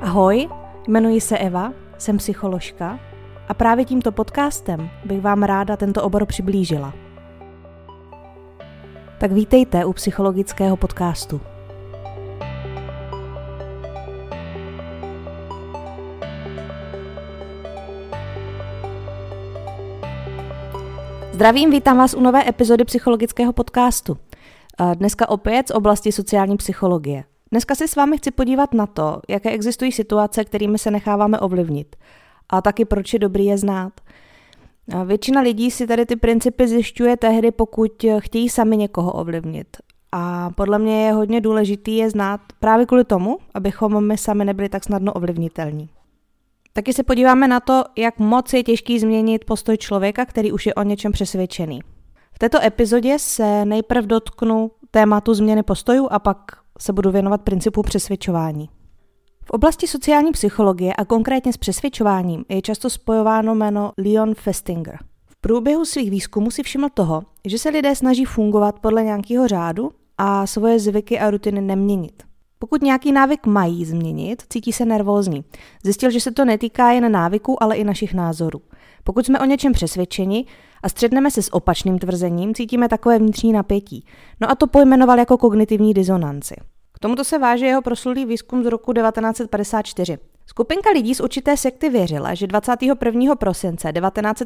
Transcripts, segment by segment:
Ahoj, jmenuji se Eva, jsem psycholožka a právě tímto podcastem bych vám ráda tento obor přiblížila. Tak vítejte u psychologického podcastu. Zdravím, vítám vás u nové epizody psychologického podcastu. Dneska opět z oblasti sociální psychologie. Dneska se s vámi chci podívat na to, jaké existují situace, kterými se necháváme ovlivnit. A taky proč je dobrý je znát. Většina lidí si tady ty principy zjišťuje tehdy, pokud chtějí sami někoho ovlivnit. A podle mě je hodně důležitý je znát právě kvůli tomu, abychom my sami nebyli tak snadno ovlivnitelní. Taky se podíváme na to, jak moc je těžký změnit postoj člověka, který už je o něčem přesvědčený. V této epizodě se nejprve dotknu tématu změny postojů a pak se budu věnovat principu přesvědčování. V oblasti sociální psychologie a konkrétně s přesvědčováním je často spojováno jméno Leon Festinger. V průběhu svých výzkumů si všiml toho, že se lidé snaží fungovat podle nějakého řádu a svoje zvyky a rutiny neměnit. Pokud nějaký návyk mají změnit, cítí se nervózní. Zjistil, že se to netýká jen návyků, ale i našich názorů. Pokud jsme o něčem přesvědčeni a střetneme se s opačným tvrzením, cítíme takové vnitřní napětí. No a to pojmenoval jako kognitivní disonanci. K tomuto se váže jeho proslulý výzkum z roku 1954. Skupinka lidí z určité sekty věřila, že 21. prosince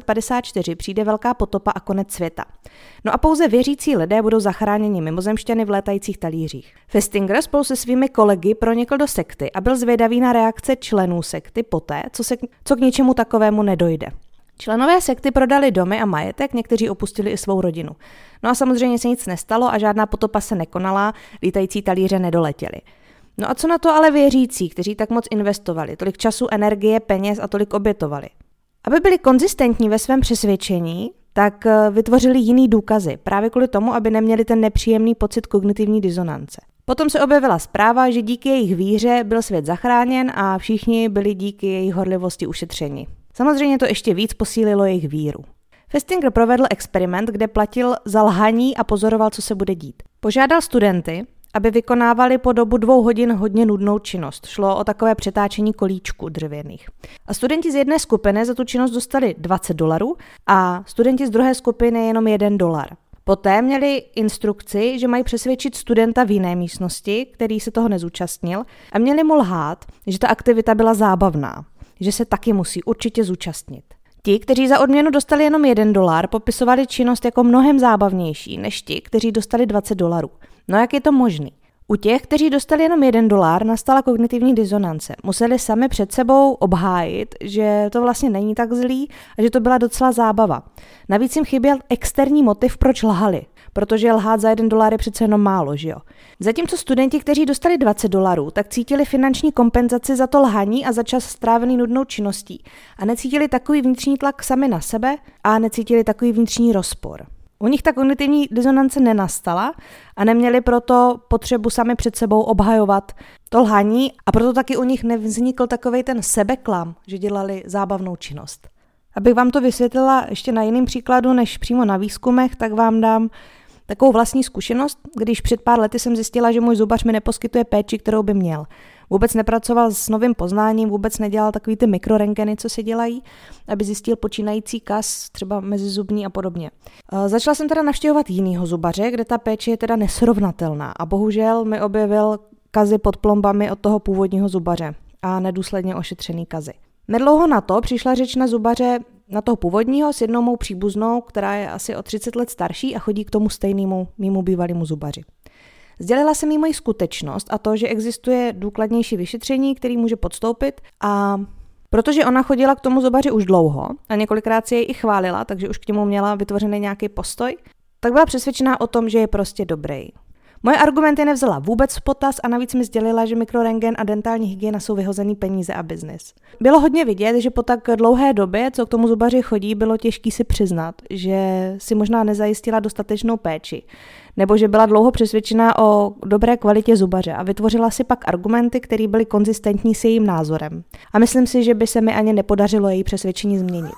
1954 přijde velká potopa a konec světa. No a pouze věřící lidé budou zachráněni mimozemšťany v létajících talířích. Festinger spolu se svými kolegy pronikl do sekty a byl zvědavý na reakce členů sekty poté, co k ničemu takovému nedojde. Členové sekty prodali domy a majetek, někteří opustili i svou rodinu. No a samozřejmě se nic nestalo a žádná potopa se nekonala, lítající talíře nedoletěly. No a co na to ale věřící, kteří tak moc investovali, tolik času, energie, peněz a tolik obětovali? Aby byli konzistentní ve svém přesvědčení, tak vytvořili jiný důkazy, právě kvůli tomu, aby neměli ten nepříjemný pocit kognitivní disonance. Potom se objevila zpráva, že díky jejich víře byl svět zachráněn a všichni byli díky jejich horlivosti ušetřeni. Samozřejmě to ještě víc posílilo jejich víru. Festinger provedl experiment, kde platil za lhaní a pozoroval, co se bude dít. Požádal studenty, aby vykonávali po dobu 2 hodin hodně nudnou činnost. Šlo o takové přetáčení kolíčků dřevěných. A studenti z jedné skupiny za tu činnost dostali $20 a studenti z druhé skupiny jenom $1. Poté měli instrukci, že mají přesvědčit studenta v jiné místnosti, který se toho nezúčastnil, a měli mu lhát, že ta aktivita byla zábavná, že se taky musí určitě zúčastnit. Ti, kteří za odměnu dostali jenom $1, popisovali činnost jako mnohem zábavnější než ti, kteří dostali $20. No jak je to možný? U těch, kteří dostali jenom $1, nastala kognitivní disonance. Museli sami před sebou obhájit, že to vlastně není tak zlý a že to byla docela zábava. Navíc jim chyběl externí motiv, proč lhali, protože lhát za $1 je přece jenom málo, že jo? Zatímco studenti, kteří dostali $20, tak cítili finanční kompenzaci za to lhaní a za čas strávený nudnou činností a necítili takový vnitřní tlak sami na sebe a necítili takový vnitřní rozpor. U nich ta kognitivní disonance nenastala a neměli proto potřebu sami před sebou obhajovat to lhaní a proto taky u nich nevznikl takovej ten sebeklam, že dělali zábavnou činnost. Abych vám to vysvětlila ještě na jiném příkladu než přímo na výzkumech, tak vám dám takovou vlastní zkušenost, když před pár lety jsem zjistila, že můj zubař mi neposkytuje péči, kterou by měl. Vůbec nepracoval s novým poznáním, vůbec nedělal takový ty mikrorentgeny, co se dělají, aby zjistil počínající kas, třeba mezizubní a podobně. Začala jsem teda navštěvovat jinýho zubaře, kde ta péče je teda nesrovnatelná a bohužel mi objevil kazy pod plombami od toho původního zubaře a nedůsledně ošetřený kazy. Nedlouho na to přišla řeč na zubaře na toho původního s jednou mou příbuznou, která je asi o 30 let starší a chodí k tomu stejnému mému bývalému zubaři. Sdělila jsem jí moji skutečnost a to, že existuje důkladnější vyšetření, který může podstoupit, a protože ona chodila k tomu zubaři už dlouho a několikrát si jej i chválila, takže už k němu měla vytvořený nějaký postoj, tak byla přesvědčená o tom, že je prostě dobrý. Moje argumenty nevzala vůbec v potaz a navíc mi sdělila, že mikrorentgen a dentální hygiena jsou vyhozený peníze a biznis. Bylo hodně vidět, že po tak dlouhé době, co k tomu zubaři chodí, bylo těžké si přiznat, že si možná nezajistila dostatečnou péči, nebo že byla dlouho přesvědčená o dobré kvalitě zubaře a vytvořila si pak argumenty, které byly konzistentní s jejím názorem. A myslím si, že by se mi ani nepodařilo její přesvědčení změnit.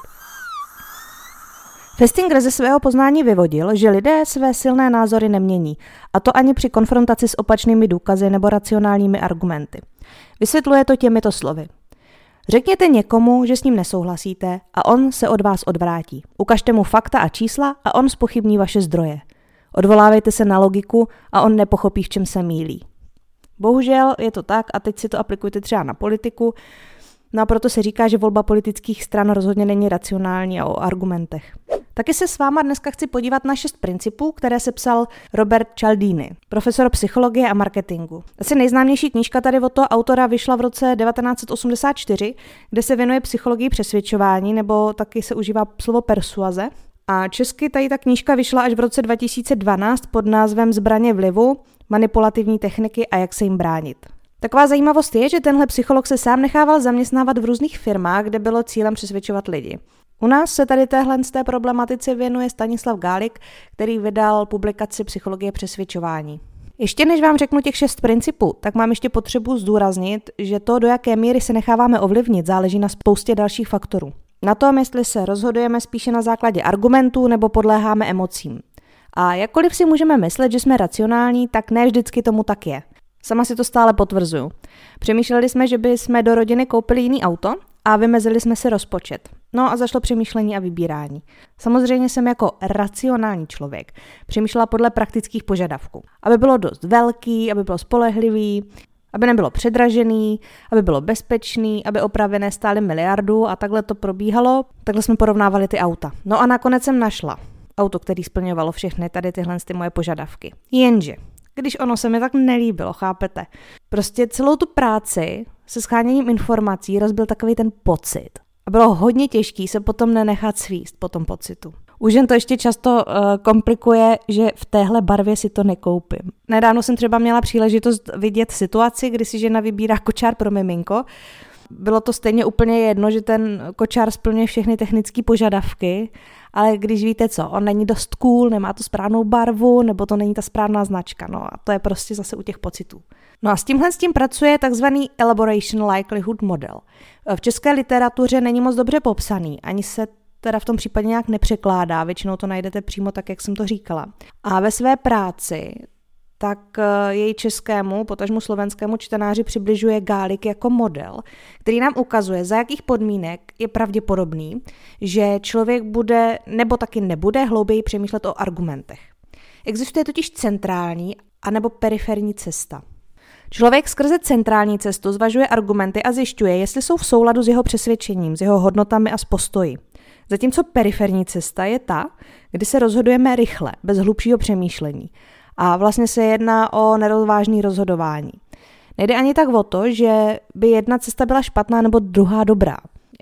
Festinger ze svého poznání vyvodil, že lidé své silné názory nemění, a to ani při konfrontaci s opačnými důkazy nebo racionálními argumenty. Vysvětluje to těmito slovy. Řekněte někomu, že s ním nesouhlasíte a on se od vás odvrátí. Ukažte mu fakta a čísla a on zpochybní vaše zdroje. Odvolávejte se na logiku a on nepochopí, v čem se mýlí. Bohužel je to tak a teď si to aplikujte třeba na politiku. No a proto se říká, že volba politických stran rozhodně není racionální a o argumentech. Taky se s váma dneska chci podívat na 6 principů, které sepsal Robert Cialdini, profesor psychologie a marketingu. Asi nejznámější knížka tady od toho autora vyšla v roce 1984, kde se věnuje psychologii přesvědčování, nebo taky se užívá slovo persuaze. A česky tady ta knížka vyšla až v roce 2012 pod názvem Zbraně vlivu, manipulativní techniky a jak se jim bránit. Taková zajímavost je, že tenhle psycholog se sám nechával zaměstnávat v různých firmách, kde bylo cílem přesvědčovat lidi. U nás se tady z té problematice věnuje Stanislav Gálik, který vydal publikaci Psychologie přesvědčování. Ještě než vám řeknu těch 6 principů, tak mám ještě potřebu zdůraznit, že to, do jaké míry se necháváme ovlivnit, záleží na spoustě dalších faktorů. Na tom, jestli se rozhodujeme spíše na základě argumentů nebo podléháme emocím. A jakkoliv si můžeme myslet, že jsme racionální, tak ne vždycky tomu tak je. Sama si to stále potvrzuju. Přemýšleli jsme, že bychom do rodiny koupili jiný auto a vymezili jsme si rozpočet. No a zašlo přemýšlení a vybírání. Samozřejmě jsem jako racionální člověk přemýšlela podle praktických požadavků. Aby bylo dost velký, aby bylo spolehlivý, aby nebylo předražený, aby bylo bezpečný, aby opravy nestály miliardu a takhle to probíhalo. Takhle jsme porovnávali ty auta. No a nakonec jsem našla auto, který splňovalo všechny tady tyhle moje požadavky. Jenže když ono se mi tak nelíbilo, chápete? Prostě celou tu práci se sháněním informací rozbil takový ten pocit. A bylo hodně těžké se potom nenechat svíst po tom pocitu. Už jen to ještě často komplikuje, že v téhle barvě si to nekoupím. Nedávno jsem třeba měla příležitost vidět situaci, kdy si žena vybírá kočár pro miminko. Bylo to stejně úplně jedno, že ten kočár splňuje všechny technické požadavky, ale když víte co, on není dost cool, nemá tu správnou barvu, nebo to není ta správná značka, no a to je prostě zase u těch pocitů. No a s tím pracuje takzvaný Elaboration Likelihood Model. V české literatuře není moc dobře popsaný, ani se teda v tom případě nějak nepřekládá, většinou to najdete přímo tak, jak jsem to říkala. A ve své práci tak její českému, potažmu slovenskému čtenáři přibližuje Gálik jako model, který nám ukazuje, za jakých podmínek je pravděpodobný, že člověk bude nebo taky nebude hlouběji přemýšlet o argumentech. Existuje totiž centrální anebo periferní cesta. Člověk skrze centrální cestu zvažuje argumenty a zjišťuje, jestli jsou v souladu s jeho přesvědčením, s jeho hodnotami a s postoji. Zatímco periferní cesta je ta, kdy se rozhodujeme rychle, bez hlubšího přemýšlení. A vlastně se jedná o nerozvážné rozhodování. Nejde ani tak o to, že by jedna cesta byla špatná nebo druhá dobrá.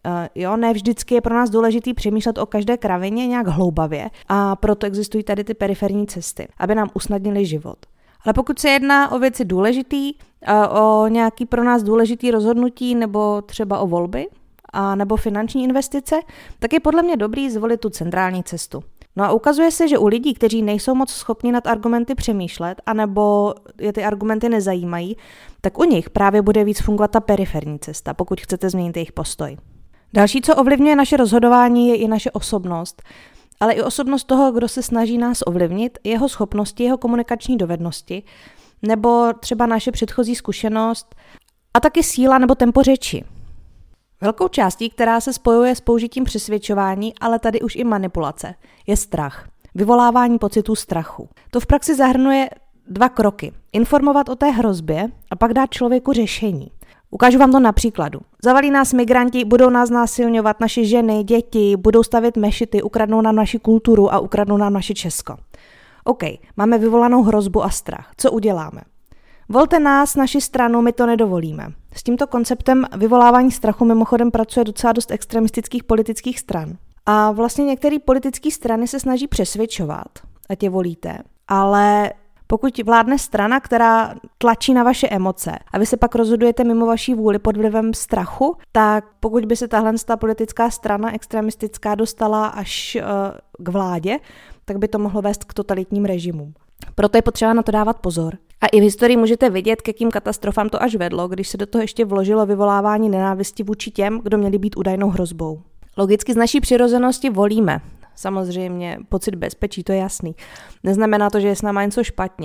Ne vždycky je pro nás důležitý přemýšlet o každé kravině nějak hloubavě a proto existují tady ty periferní cesty, aby nám usnadnily život. Ale pokud se jedná o věci důležitý, o nějaký pro nás důležitý rozhodnutí nebo třeba o volby a nebo finanční investice, tak je podle mě dobrý zvolit tu centrální cestu. No a ukazuje se, že u lidí, kteří nejsou moc schopni nad argumenty přemýšlet, anebo je ty argumenty nezajímají, tak u nich právě bude víc fungovat ta periferní cesta, pokud chcete změnit jejich postoj. Další, co ovlivňuje naše rozhodování, je i naše osobnost, ale i osobnost toho, kdo se snaží nás ovlivnit, jeho schopnosti, jeho komunikační dovednosti, nebo třeba naše předchozí zkušenost a taky síla nebo tempo řeči. Velkou částí, která se spojuje s použitím přesvědčování, ale tady už i manipulace, je strach. Vyvolávání pocitů strachu. To v praxi zahrnuje 2 kroky. Informovat o té hrozbě a pak dát člověku řešení. Ukážu vám to na příkladu. Zavalí nás migranti, budou nás násilňovat, naše ženy, děti, budou stavět mešity, ukradnou nám naši kulturu a ukradnou nám naše Česko. OK, máme vyvolanou hrozbu a strach. Co uděláme? Volte nás, naši stranu, my to nedovolíme. S tímto konceptem vyvolávání strachu mimochodem pracuje docela dost extremistických politických stran. A vlastně některé politické strany se snaží přesvědčovat, ať je volíte, ale pokud vládne strana, která tlačí na vaše emoce a vy se pak rozhodujete mimo vaší vůli pod vlivem strachu, tak pokud by se tahle politická strana extremistická dostala až k vládě, tak by to mohlo vést k totalitním režimům. Proto je potřeba na to dávat pozor. A i v historii můžete vidět, k jakým katastrofám to až vedlo, když se do toho ještě vložilo vyvolávání nenávisti vůči těm, kdo měli být údajnou hrozbou. Logicky z naší přirozenosti volíme. Samozřejmě pocit bezpečí, to je jasný. Neznamená to, že je s náma něco špatně.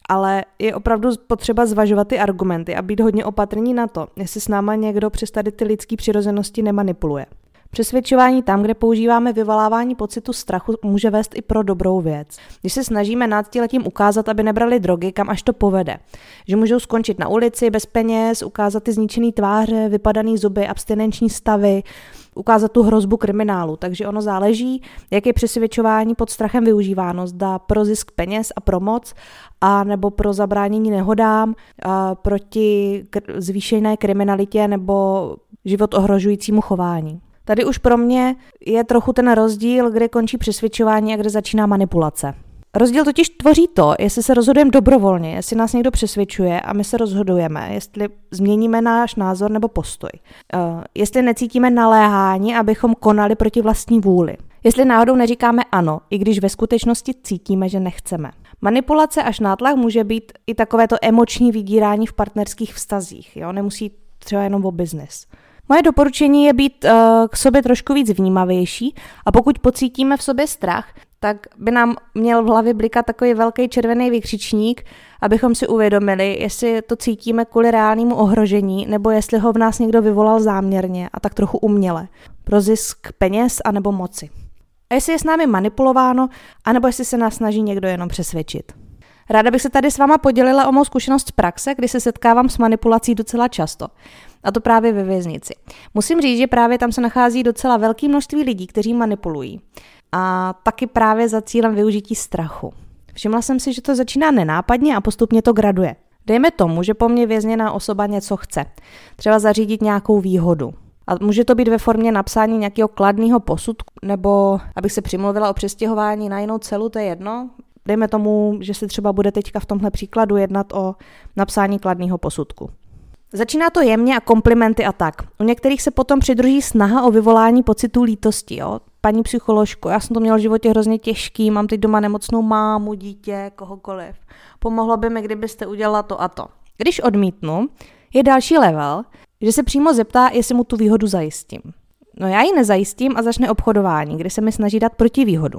Ale je opravdu potřeba zvažovat ty argumenty a být hodně opatrní na to, jestli s náma někdo přes tady ty lidský přirozenosti nemanipuluje. Přesvědčování tam, kde používáme vyvolávání pocitu strachu, může vést i pro dobrou věc. Když se snažíme náctiletím ukázat, aby nebrali drogy, kam až to povede. Že můžou skončit na ulici bez peněz, ukázat ty zničený tváře, vypadaný zuby, abstinenční stavy, ukázat tu hrozbu kriminálu. Takže ono záleží, jak je přesvědčování pod strachem využíváno. Zda pro zisk peněz a pro moc, a nebo pro zabránění nehodám, proti zvýšené kriminalitě nebo život ohrožujícímu chování. Tady už pro mě je trochu ten rozdíl, kde končí přesvědčování a kde začíná manipulace. Rozdíl totiž tvoří to, jestli se rozhodujeme dobrovolně, jestli nás někdo přesvědčuje a my se rozhodujeme, jestli změníme náš názor nebo postoj. Jestli necítíme naléhání, abychom konali proti vlastní vůli. Jestli náhodou neříkáme ano, i když ve skutečnosti cítíme, že nechceme. Manipulace až nátlak může být i takovéto emoční vydírání v partnerských vztazích. Jo? Nemusí třeba jenom o biznis. Moje doporučení je být k sobě trošku víc vnímavější a pokud pocítíme v sobě strach, tak by nám měl v hlavě blikat takový velký červený vykřičník, abychom si uvědomili, jestli to cítíme kvůli reálnému ohrožení, nebo jestli ho v nás někdo vyvolal záměrně a tak trochu uměle, pro zisk peněz anebo moci. A jestli je s námi manipulováno, anebo jestli se nás snaží někdo jenom přesvědčit. Ráda bych se tady s váma podělila o mou zkušenost z praxe, kdy se setkávám s manipulací docela často. A to právě ve věznici. Musím říct, že právě tam se nachází docela velké množství lidí, kteří manipulují. A taky právě za cílem využití strachu. Všimla jsem si, že to začíná nenápadně a postupně to graduje. Dejme tomu, že po mně vězněná osoba něco chce. Třeba zařídit nějakou výhodu. A může to být ve formě napsání nějakého kladného posudku, nebo abych se přimluvila o přestěhování na jinou celu, to je jedno. Dejme tomu, že se třeba bude teďka v tomhle příkladu jednat o napsání kladného posudku. Začíná to jemně a komplimenty a tak. U některých se potom přidruží snaha o vyvolání pocitu lítosti. Jo? Paní psycholožko, já jsem to měla v životě hrozně těžký, mám teď doma nemocnou mámu, dítě, kohokoliv. Pomohlo by mi, kdybyste udělala to a to. Když odmítnu, je další level, že se přímo zeptá, jestli mu tu výhodu zajistím. No já ji nezajistím a začne obchodování, kdy se mi snaží dát protivýhodu.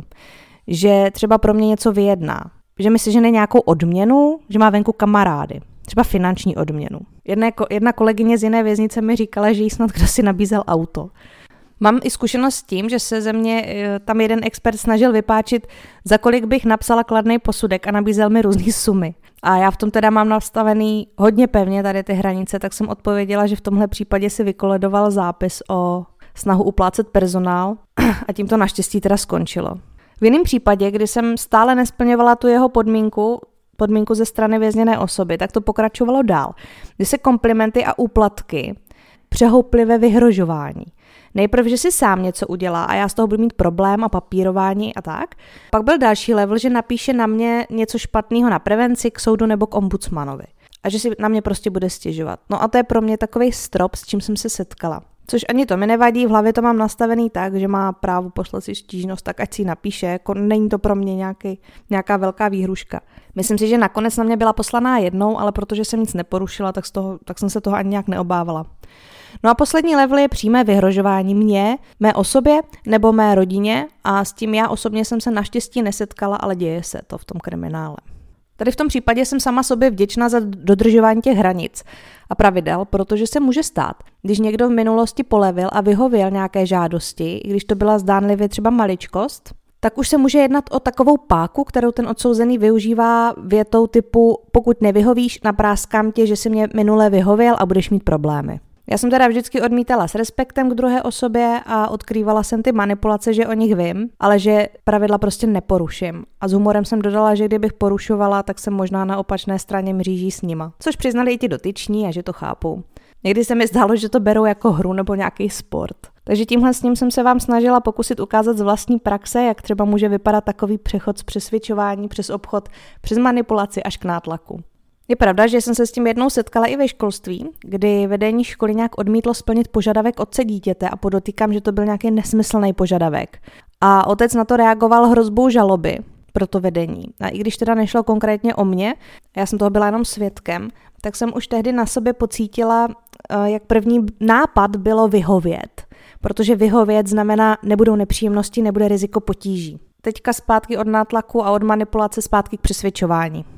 Že třeba pro mě něco vyjedná. Že mi sežene nějakou odměnu, že má venku kamarády. Třeba finanční odměnu. Jedna kolegyně z jiné věznice mi říkala, že jí snad kdo si nabízel auto. Mám i zkušenost s tím, že se ze mě tam jeden expert snažil vypáčit, za kolik bych napsala kladný posudek a nabízel mi různý sumy. A já v tom teda mám nastavený hodně pevně tady ty hranice, tak jsem odpověděla, že v tomhle případě si vykoledoval zápis o snahu uplácet personál a tím to naštěstí teda skončilo. V jiném případě, kdy jsem stále nesplňovala tu jeho podmínku ze strany vězněné osoby, tak to pokračovalo dál, kdy se komplimenty a úplatky přehouply ve vyhrožování. Nejprve, že si sám něco udělá a já z toho budu mít problém a papírování a tak. Pak byl další level, že napíše na mě něco špatného na prevenci, k soudu nebo k ombudsmanovi. A že si na mě prostě bude stěžovat. No a to je pro mě takový strop, s čím jsem se setkala. Což ani to mi nevadí, v hlavě to mám nastavený tak, že má právo poslat si stížnost, tak ať si ji napíše, jako není to pro mě nějaká velká výhruška. Myslím si, že nakonec na mě byla poslaná jednou, ale protože jsem nic neporušila, tak jsem se toho ani nějak neobávala. No a poslední level je přímé vyhrožování mě, mé osobě nebo mé rodině a s tím já osobně jsem se naštěstí nesetkala, ale děje se to v tom kriminále. Tady v tom případě jsem sama sobě vděčná za dodržování těch hranic a pravidel, protože se může stát, když někdo v minulosti polevil a vyhověl nějaké žádosti, i když to byla zdánlivě třeba maličkost, tak už se může jednat o takovou páku, kterou ten odsouzený využívá větou typu pokud nevyhovíš, napráskám tě, že jsi mě minule vyhověl a budeš mít problémy. Já jsem teda vždycky odmítala s respektem k druhé osobě a odkrývala jsem ty manipulace, že o nich vím, ale že pravidla prostě neporuším. A s humorem jsem dodala, že kdybych porušovala, tak jsem možná na opačné straně mříží s nima. Což přiznali i ti dotyční a že to chápou. Někdy se mi zdálo, že to berou jako hru nebo nějaký sport. Takže tímhle s ním jsem se vám snažila pokusit ukázat z vlastní praxe, jak třeba může vypadat takový přechod z přesvědčování přes obchod, přes manipulaci až k nátlaku. Je pravda, že jsem se s tím jednou setkala i ve školství, kdy vedení školy nějak odmítlo splnit požadavek otce dítěte a podotýkám, že to byl nějaký nesmyslný požadavek. A otec na to reagoval hrozbou žaloby pro to vedení. A i když teda nešlo konkrétně o mě, já jsem toho byla jenom svědkem, tak jsem už tehdy na sobě pocítila, jak první nápad bylo vyhovět. Protože vyhovět znamená nebudou nepříjemnosti, nebude riziko potíží. Teďka zpátky od nátlaku a od manipulace zpátky k přesvědčování.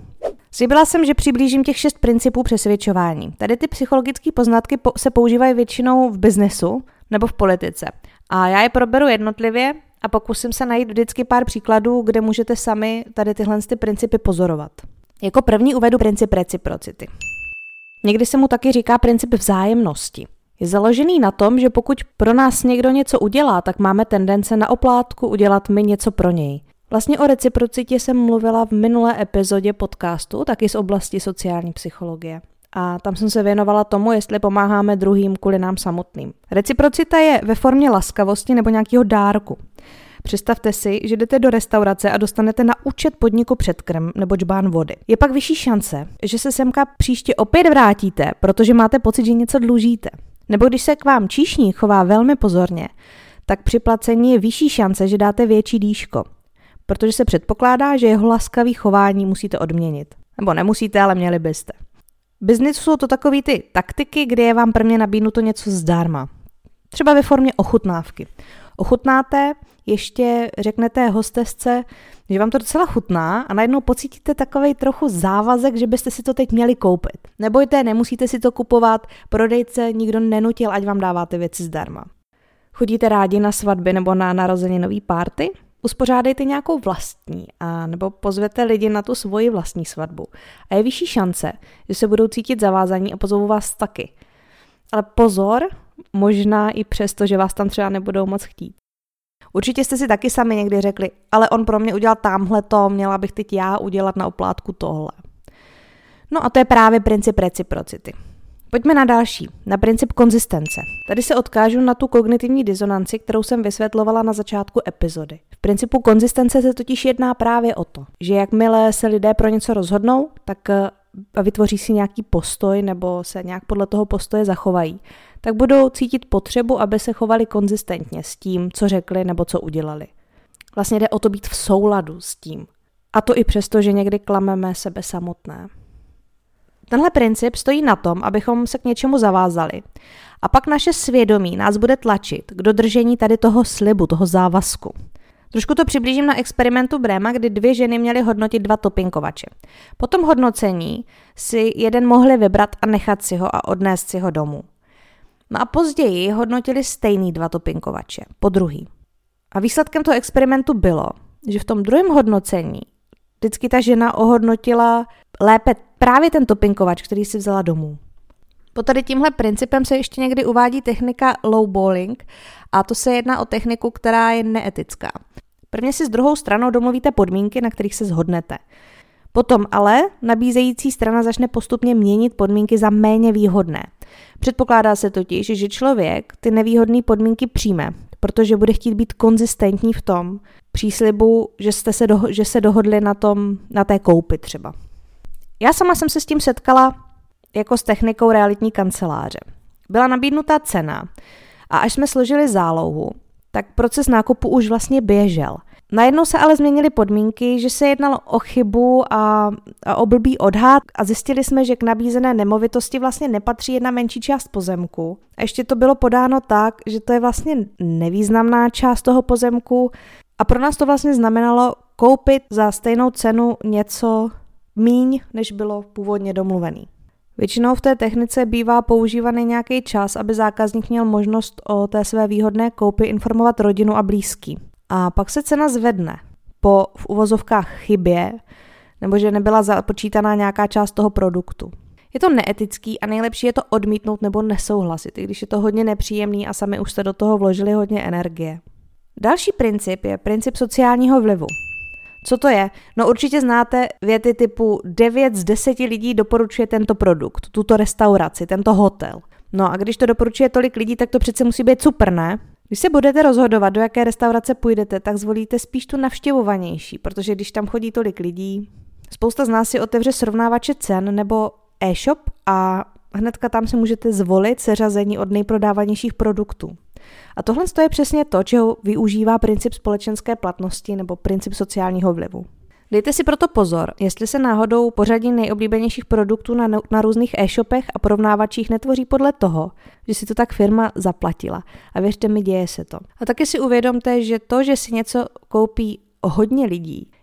Slíbila jsem, že přiblížím těch 6 principů přesvědčování. Tady ty psychologické poznatky se používají většinou v biznesu nebo v politice. A já je proberu jednotlivě a pokusím se najít vždycky pár příkladů, kde můžete sami tady tyhle principy pozorovat. Jako první uvedu princip reciprocity. Někdy se mu taky říká princip vzájemnosti. Je založený na tom, že pokud pro nás někdo něco udělá, tak máme tendence na oplátku udělat my něco pro něj. Vlastně o reciprocitě jsem mluvila v minulé epizodě podcastu, taky z oblasti sociální psychologie. A tam jsem se věnovala tomu, jestli pomáháme druhým kvůli nám samotným. Reciprocita je ve formě laskavosti nebo nějakého dárku. Představte si, že jdete do restaurace a dostanete na účet podniku předkrm nebo džbán vody. Je pak vyšší šance, že se semka příště opět vrátíte, protože máte pocit, že něco dlužíte. Nebo když se k vám číšník chová velmi pozorně, tak při placení je vyšší šance, že dáte větší dýško, protože se předpokládá, že jeho laskavý chování musíte odměnit. Nebo nemusíte, ale měli byste. V biznesu jsou to takový ty taktiky, kdy je vám prvně nabídnuto něco zdarma. Třeba ve formě ochutnávky. Ochutnáte, ještě řeknete hostesce, že vám to docela chutná a najednou pocítíte takovej trochu závazek, že byste si to teď měli koupit. Nebojte, nemusíte si to kupovat, prodejce nikdo nenutil, ať vám dává ty věci zdarma. Chodíte rádi na svatby nebo na narozeninový party? Uspořádejte nějakou vlastní a nebo pozvete lidi na tu svoji vlastní svatbu. A je vyšší šance, že se budou cítit zavázaní a pozvou vás taky. Ale pozor, možná i přesto, že vás tam třeba nebudou moc chtít. Určitě jste si taky sami někdy řekli, ale on pro mě udělal támhleto, měla bych teď já udělat na oplátku tohle. No a to je právě princip reciprocity. Pojďme na další, na princip konzistence. Tady se odkážu na tu kognitivní disonanci, kterou jsem vysvětlovala na začátku epizody. V principu konzistence se totiž jedná právě o to, že jakmile se lidé pro něco rozhodnou, tak vytvoří si nějaký postoj nebo se nějak podle toho postoje zachovají, tak budou cítit potřebu, aby se chovali konzistentně s tím, co řekli nebo co udělali. Vlastně jde o to být v souladu s tím. A to i přesto, že někdy klameme sebe samotné. Tenhle princip stojí na tom, abychom se k něčemu zavázali. A pak naše svědomí nás bude tlačit k dodržení tady toho slibu, toho závazku. Trošku to přiblížím na experimentu Bréma, kdy 2 ženy měly hodnotit 2 topinkovače. Po tom hodnocení si jeden mohli vybrat a nechat si ho a odnést si ho domů. No a později hodnotili stejný 2 topinkovače, po druhý. A výsledkem toho experimentu bylo, že v tom druhém hodnocení vždycky ta žena ohodnotila lépe právě ten topinkovač, který si vzala domů. Po tady tímhle principem se ještě někdy uvádí technika lowballing a to se jedná o techniku, která je neetická. Prvně si s druhou stranou domluvíte podmínky, na kterých se shodnete. Potom ale nabízející strana začne postupně měnit podmínky za méně výhodné. Předpokládá se totiž, že člověk ty nevýhodné podmínky přijme, protože bude chtít být konzistentní v tom příslibu, že se dohodli na té koupi třeba. Já sama jsem se s tím setkala jako s technikou realitní kanceláře. Byla nabídnutá cena a až jsme složili zálohu, tak proces nákupu už vlastně běžel. Najednou se ale změnily podmínky, že se jednalo o chybu a o blbý odhad a zjistili jsme, že k nabízené nemovitosti vlastně nepatří jedna menší část pozemku. A ještě to bylo podáno tak, že to je vlastně nevýznamná část toho pozemku a pro nás to vlastně znamenalo koupit za stejnou cenu něco míň, než bylo původně domluvený. Většinou v té technice bývá používaný nějaký čas, aby zákazník měl možnost o té své výhodné koupi informovat rodinu a blízký. A pak se cena zvedne po v uvozovkách chybě, nebo že nebyla započítaná nějaká část toho produktu. Je to neetický a nejlepší je to odmítnout nebo nesouhlasit, i když je to hodně nepříjemný a sami už jste do toho vložili hodně energie. Další princip je princip sociálního vlivu. Co to je? No určitě znáte věty typu 9 z 10 lidí doporučuje tento produkt, tuto restauraci, tento hotel. No a když to doporučuje tolik lidí, tak to přece musí být super, ne? Když se budete rozhodovat, do jaké restaurace půjdete, tak zvolíte spíš tu navštěvovanější, protože když tam chodí tolik lidí, spousta z nás si otevře srovnávače cen nebo e-shop a hnedka tam si můžete zvolit seřazení od nejprodávanějších produktů. A tohle je přesně to, čeho využívá princip společenské platnosti nebo princip sociálního vlivu. Dejte si proto pozor, jestli se náhodou pořadí nejoblíbenějších produktů na různých e-shopech a porovnávačích netvoří podle toho, že si to tak firma zaplatila. A věřte mi, děje se to. A taky si uvědomte, že to, že si něco koupí hodně lidí,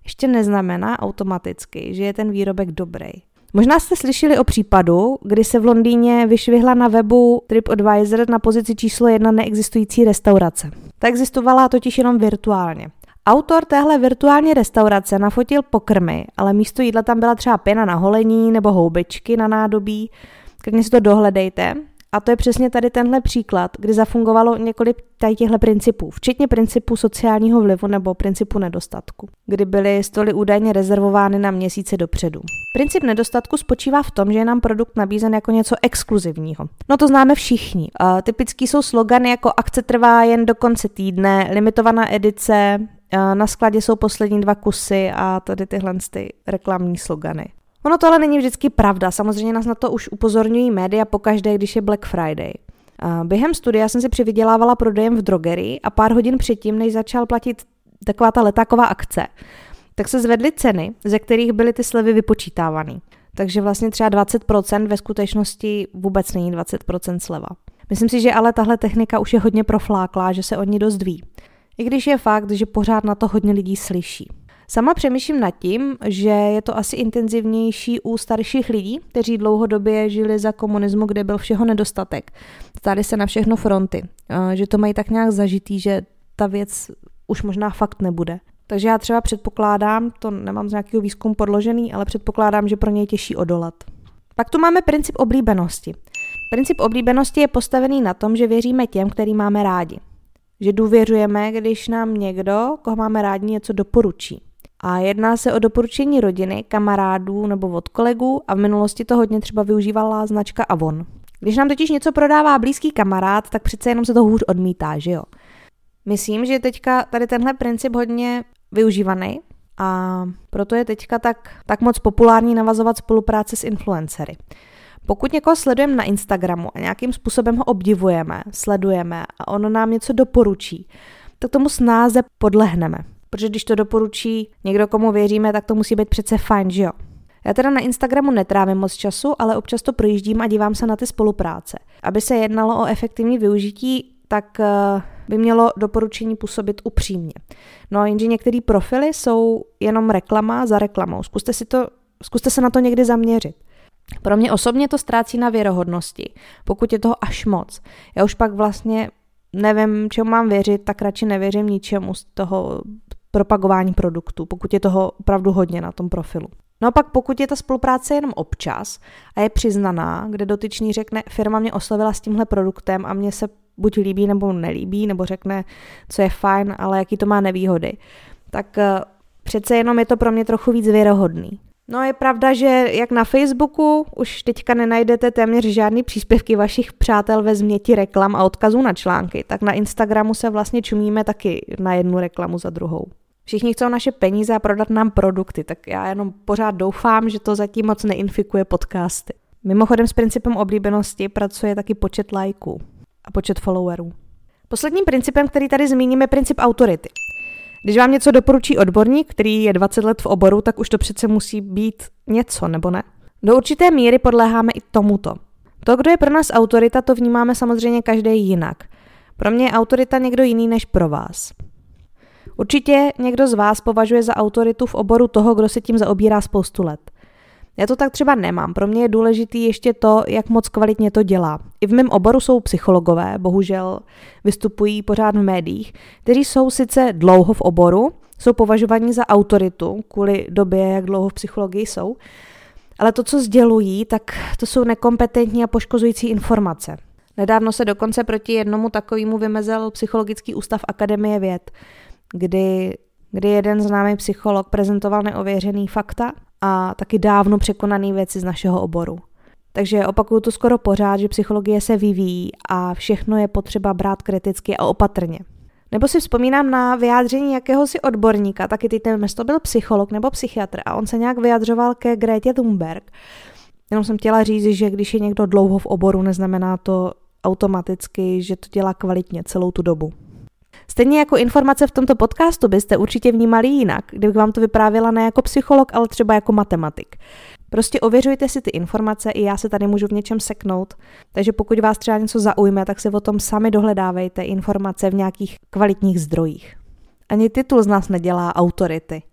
ještě neznamená automaticky, že je ten výrobek dobrý. Možná jste slyšeli o případu, kdy se v Londýně vyšvihla na webu TripAdvisor na pozici číslo 1 neexistující restaurace. Ta existovala totiž jenom virtuálně. Autor téhle virtuální restaurace nafotil pokrmy, ale místo jídla tam byla třeba pěna na holení nebo houbičky na nádobí. Klidně si to dohledejte. A to je přesně tady tenhle příklad, kdy zafungovalo několik těchto principů, včetně principu sociálního vlivu nebo principu nedostatku, kdy byly stoly údajně rezervovány na měsíce dopředu. Princip nedostatku spočívá v tom, že je nám produkt nabízen jako něco exkluzivního. No to známe všichni. Typický jsou slogany jako akce trvá jen do konce týdne, limitovaná edice, na skladě jsou poslední 2 kusy a tady tyhle reklamní slogany. Ono to ale není vždycky pravda, samozřejmě nás na to už upozorňují média pokaždé, když je Black Friday. Během studia jsem si přivydělávala prodejem v drogerii a pár hodin předtím, než začal platit taková ta letáková akce, tak se zvedly ceny, ze kterých byly ty slevy vypočítávaný. Takže vlastně třeba 20% ve skutečnosti vůbec není 20% sleva. Myslím si, že ale tahle technika už je hodně profláklá, že se o ní dost ví. I když je fakt, že pořád na to hodně lidí slyší. Sama přemýšlím nad tím, že je to asi intenzivnější u starších lidí, kteří dlouhodobě žili za komunismu, kde byl všeho nedostatek. Stáli se na všechno fronty, že to mají tak nějak zažitý, že ta věc už možná fakt nebude. Takže já třeba předpokládám, to nemám z nějakého výzkumu podložený, ale předpokládám, že pro ně je těžší odolat. Pak tu máme princip oblíbenosti. Princip oblíbenosti je postavený na tom, že věříme těm, který máme rádi. Že důvěřujeme, když nám někdo, koho máme rádi, něco doporučí. A jedná se o doporučení rodiny, kamarádů nebo od kolegů a v minulosti to hodně třeba využívala značka Avon. Když nám totiž něco prodává blízký kamarád, tak přece jenom se to hůř odmítá, že jo? Myslím, že je teďka tady tenhle princip hodně využívaný a proto je teďka tak moc populární navazovat spolupráce s influencery. Pokud někoho sledujeme na Instagramu a nějakým způsobem ho obdivujeme, sledujeme a ono nám něco doporučí, tak tomu snáze podlehneme. Protože když to doporučí někdo, komu věříme, tak to musí být přece fajn, že jo? Já teda na Instagramu netrávím moc času, ale občas to projíždím a dívám se na ty spolupráce. Aby se jednalo o efektivní využití, tak by mělo doporučení působit upřímně. No jenže některé profily jsou jenom reklama za reklamou. Zkuste se na to někdy zaměřit. Pro mě osobně to ztrácí na věrohodnosti, pokud je toho až moc. Já už pak vlastně nevím, čemu mám věřit, tak radši nevěřím ničemu z toho propagování produktů, pokud je toho opravdu hodně na tom profilu. No a pak pokud je ta spolupráce jenom občas a je přiznaná, kde dotyčný řekne, firma mě oslovila s tímhle produktem a mně se buď líbí nebo nelíbí, nebo řekne, co je fajn, ale jaký to má nevýhody, tak přece jenom je to pro mě trochu víc věrohodný. No je pravda, že jak na Facebooku už teďka nenajdete téměř žádný příspěvky vašich přátel ve změti reklam a odkazů na články, tak na Instagramu se vlastně čumíme taky na jednu reklamu za druhou. Všichni chcou naše peníze a prodat nám produkty, tak já jenom pořád doufám, že to zatím moc neinfikuje podcasty. Mimochodem s principem oblíbenosti pracuje taky počet lajků a počet followerů. Posledním principem, který tady zmíním, je princip autority. Když vám něco doporučí odborník, který je 20 let v oboru, tak už to přece musí být něco, nebo ne? Do určité míry podléháme i tomuto. To, kdo je pro nás autorita, to vnímáme samozřejmě každý jinak. Pro mě je autorita někdo jiný než pro vás. Určitě někdo z vás považuje za autoritu v oboru toho, kdo se tím zaobírá spoustu let. Já to tak třeba nemám. Pro mě je důležitý ještě to, jak moc kvalitně to dělá. I v mém oboru jsou psychologové, bohužel vystupují pořád v médiích, kteří jsou sice dlouho v oboru, jsou považovaní za autoritu kvůli době, jak dlouho v psychologii jsou, ale to, co sdělují, tak to jsou nekompetentní a poškozující informace. Nedávno se dokonce proti jednomu takovému vymezil Psychologický ústav Akademie věd, kdy jeden známý psycholog prezentoval neověřený fakta a taky dávno překonaný věci z našeho oboru. Takže opakuju to skoro pořád, že psychologie se vyvíjí a všechno je potřeba brát kriticky a opatrně. Nebo si vzpomínám na vyjádření jakéhosi odborníka, taky teď nevím, jestli to byl psycholog nebo psychiatr a on se nějak vyjadřoval ke Gretě Thunberg. Jenom jsem chtěla říct, že když je někdo dlouho v oboru, neznamená to automaticky, že to dělá kvalitně celou tu dobu. Stejně jako informace v tomto podcastu byste určitě vnímali jinak, kdybych vám to vyprávěla ne jako psycholog, ale třeba jako matematik. Prostě ověřujte si ty informace, i já se tady můžu v něčem seknout, takže pokud vás třeba něco zaujme, tak se o tom sami dohledávejte informace v nějakých kvalitních zdrojích. Ani titul z nás nedělá autority.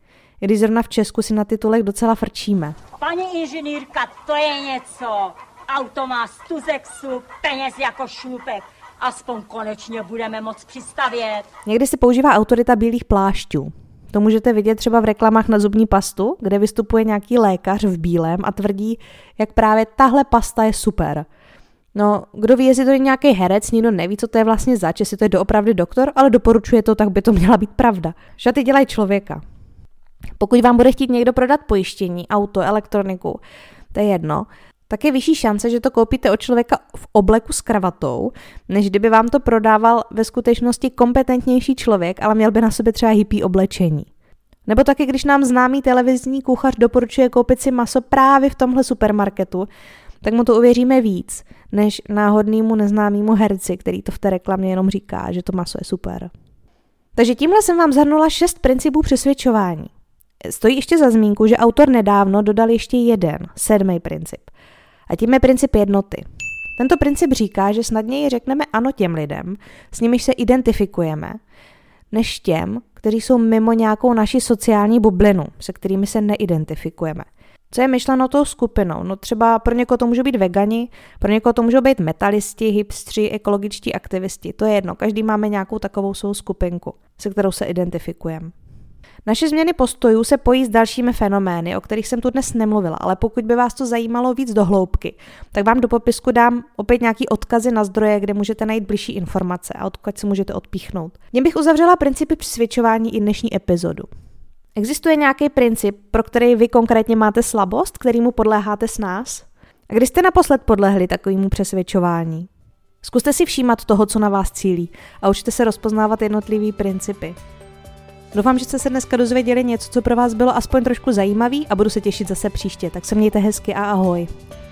i když zrovna v Česku si na titulech docela frčíme. Paní inženýrka, to je něco. Auto má stuzexu, peněz jako šlupek. Aspoň konečně budeme moc přistavět. Někdy se používá autorita bílých plášťů. To můžete vidět třeba v reklamách na zubní pastu, kde vystupuje nějaký lékař v bílém a tvrdí, jak právě tahle pasta je super. No, kdo ví, jestli to je nějaký herec, nikdo neví, co to je vlastně zač, jestli to je doopravdy doktor, ale doporučuje to, tak by to měla být pravda. Šaty dělají člověka. Pokud vám bude chtít někdo prodat pojištění, auto, elektroniku, to je jedno, tak je vyšší šance, že to koupíte od člověka v obleku s kravatou, než kdyby vám to prodával ve skutečnosti kompetentnější člověk, ale měl by na sobě třeba hippie oblečení. Nebo taky, když nám známý televizní kuchař doporučuje koupit si maso právě v tomhle supermarketu, tak mu to uvěříme víc, než náhodnému neznámému herci, který to v té reklamě jenom říká, že to maso je super. Takže tímhle jsem vám shrnula 6 principů přesvědčování. Stojí ještě za zmínku, že autor nedávno dodal ještě jeden, 7. princip. A tím je princip jednoty. Tento princip říká, že snadněji řekneme ano těm lidem, s nimiž se identifikujeme, než těm, kteří jsou mimo nějakou naši sociální bublinu, se kterými se neidentifikujeme. Co je myšleno tou skupinou? No třeba pro někoho to může být vegani, pro někoho to můžou být metalisti, hipstři, ekologičtí aktivisti. To je jedno, každý máme nějakou takovou svou skupinku, se kterou se identifikujeme. Naše změny postojů se pojí s dalšími fenomény, o kterých jsem tu dnes nemluvila, ale pokud by vás to zajímalo víc do hloubky, tak vám do popisku dám opět nějaký odkazy na zdroje, kde můžete najít bližší informace a odkud si můžete odpíchnout. Tím bych uzavřela principy přesvědčování i dnešní epizodu. Existuje nějaký princip, pro který vy konkrétně máte slabost, kterýmu podléháte s nás? A kdy jste naposled podlehli takovému přesvědčování? Zkuste si všímat toho, co na vás cílí a učte se rozpoznávat jednotlivý principy. Doufám, že jste se dneska dozvěděli něco, co pro vás bylo aspoň trošku zajímavý a budu se těšit zase příště, tak se mějte hezky a ahoj.